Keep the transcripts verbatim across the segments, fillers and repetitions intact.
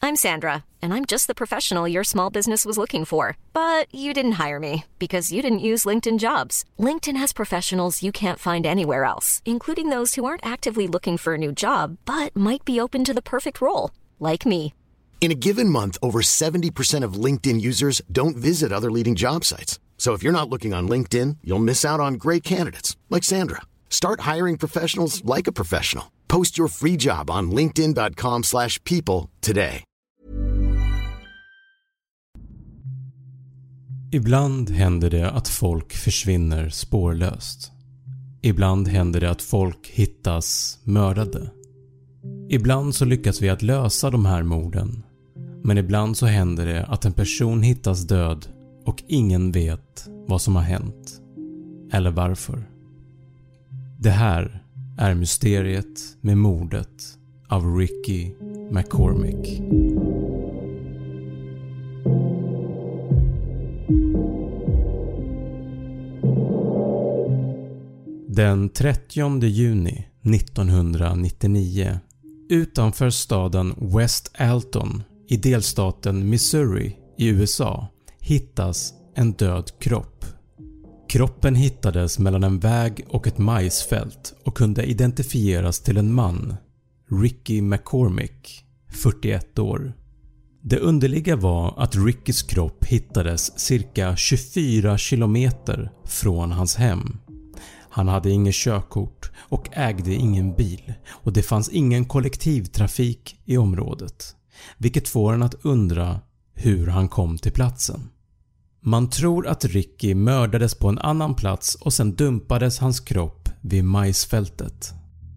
I'm Sandra, and I'm just the professional your small business was looking for. But you didn't hire me because you didn't use LinkedIn Jobs. LinkedIn has professionals you can't find anywhere else, including those who aren't actively looking for a new job, but might be open to the perfect role, like me. In a given month, over seventy percent of LinkedIn users don't visit other leading job sites. So if you're not looking on LinkedIn, you'll miss out on great candidates like Sandra. Start hiring professionals like a professional. Post your free job on linkedin dot com slash people today. Ibland händer det att folk försvinner spårlöst. Ibland händer det att folk hittas mördade. Ibland så lyckas vi att lösa de här morden. Men ibland så händer det att en person hittas död och ingen vet vad som har hänt. Eller varför. Det här är mysteriet med mordet av Ricky McCormick. Den trettionde juni nittonhundranittionio utanför staden West Alton i delstaten Missouri i U S A hittas en död kropp. Kroppen hittades mellan en väg och ett majsfält och kunde identifieras till en man, Ricky McCormick, fyrtioett år. Det underliga var att Rickys kropp hittades cirka tjugofyra kilometer från hans hem. Han hade ingen körkort och ägde ingen bil och det fanns ingen kollektivtrafik i området, vilket får en att undra hur han kom till platsen. Man tror att Ricky mördades på en annan plats och sen dumpades hans kropp vid majsfältet.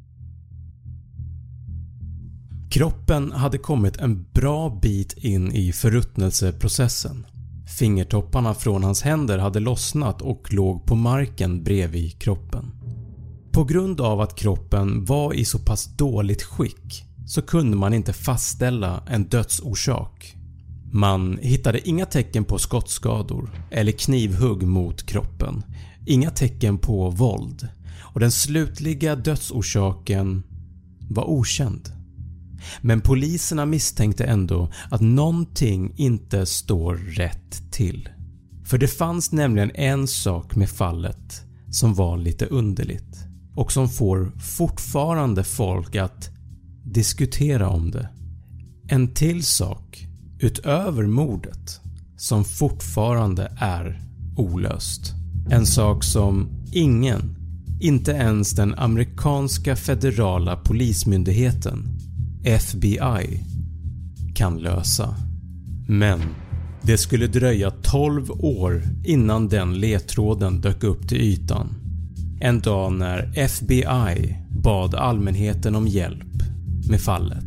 Kroppen hade kommit en bra bit in i förruttnelseprocessen. Fingertopparna från hans händer hade lossnat och låg på marken bredvid kroppen. På grund av att kroppen var i så pass dåligt skick så kunde man inte fastställa en dödsorsak. Man hittade inga tecken på skottskador eller knivhugg mot kroppen, inga tecken på våld och den slutliga dödsorsaken var okänd. Men poliserna misstänkte ändå att någonting inte står rätt till. För det fanns nämligen en sak med fallet som var lite underligt och som får fortfarande folk att diskutera om det. En till sak utöver mordet som fortfarande är olöst. En sak som ingen, inte ens den amerikanska federala polismyndigheten F B I, kan lösa. Men det skulle dröja tolv år innan den ledtråden dök upp till ytan. En dag när F B I bad allmänheten om hjälp med fallet.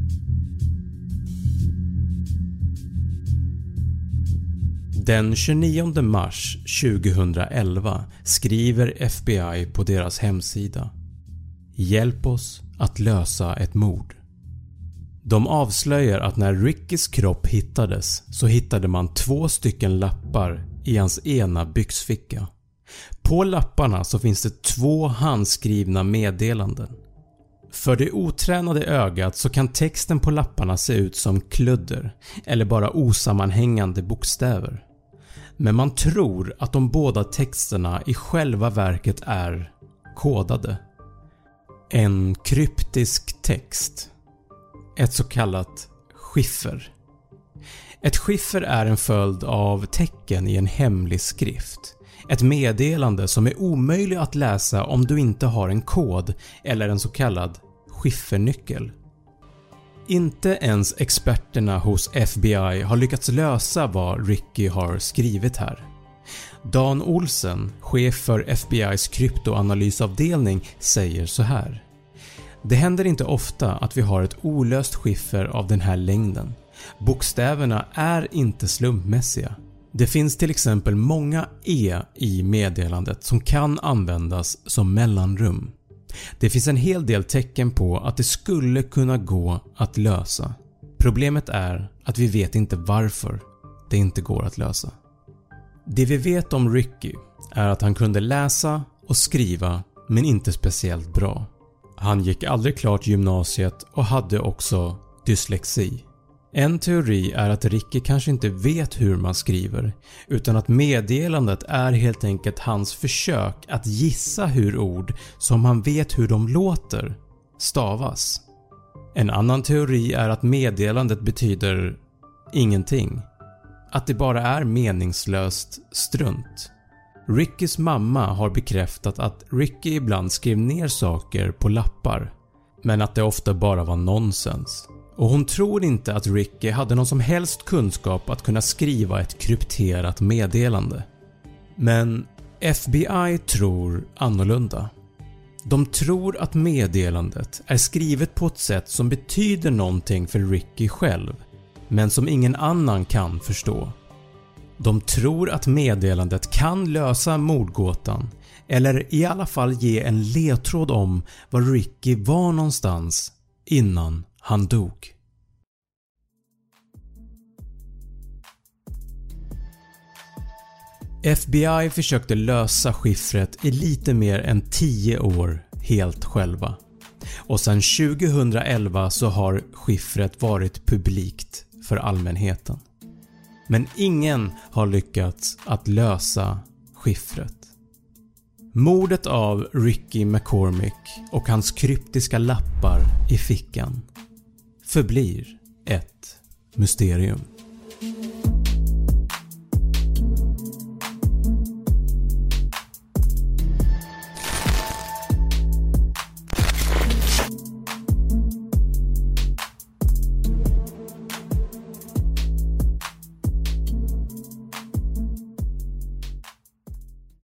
Den tjugonionde mars tjugohundraelva skriver F B I på deras hemsida: "Hjälp oss att lösa ett mord." De avslöjar att när Rickys kropp hittades så hittade man två stycken lappar i hans ena byxficka. På lapparna så finns det två handskrivna meddelanden. För det otränade ögat så kan texten på lapparna se ut som kludder eller bara osammanhängande bokstäver. Men man tror att de båda texterna i själva verket är kodade. En kryptisk text. Ett så kallat skiffer. Ett skiffer är en följd av tecken i en hemlig skrift. Ett meddelande som är omöjligt att läsa om du inte har en kod eller en så kallad skiffernyckel. Inte ens experterna hos F B I har lyckats lösa vad Ricky har skrivit här. Dan Olsen, chef för F B I:s kryptoanalysavdelning, säger så här: "Det händer inte ofta att vi har ett olöst skiffer av den här längden. Bokstäverna är inte slumpmässiga. Det finns till exempel många E i meddelandet som kan användas som mellanrum. Det finns en hel del tecken på att det skulle kunna gå att lösa. Problemet är att vi vet inte varför det inte går att lösa." Det vi vet om Ricky är att han kunde läsa och skriva, men inte speciellt bra. Han gick aldrig klart gymnasiet och hade också dyslexi. En teori är att Ricky kanske inte vet hur man skriver, utan att meddelandet är helt enkelt hans försök att gissa hur ord som han vet hur de låter stavas. En annan teori är att meddelandet betyder ingenting. Att det bara är meningslöst strunt. Rickys mamma har bekräftat att Ricky ibland skrev ner saker på lappar, men att det ofta bara var nonsens. Och hon tror inte att Ricky hade någon som helst kunskap att kunna skriva ett krypterat meddelande. Men F B I tror annorlunda. De tror att meddelandet är skrivet på ett sätt som betyder någonting för Ricky själv, men som ingen annan kan förstå. De tror att meddelandet kan lösa mordgåtan, eller i alla fall ge en ledtråd om var Ricky var någonstans innan han dog. F B I försökte lösa skiffret i lite mer än tio år helt själva. Och sedan tjugohundraelva så har skiffret varit publikt för allmänheten. Men ingen har lyckats att lösa skiffret. Mordet av Ricky McCormick och hans kryptiska lappar i fickan förblir ett mysterium.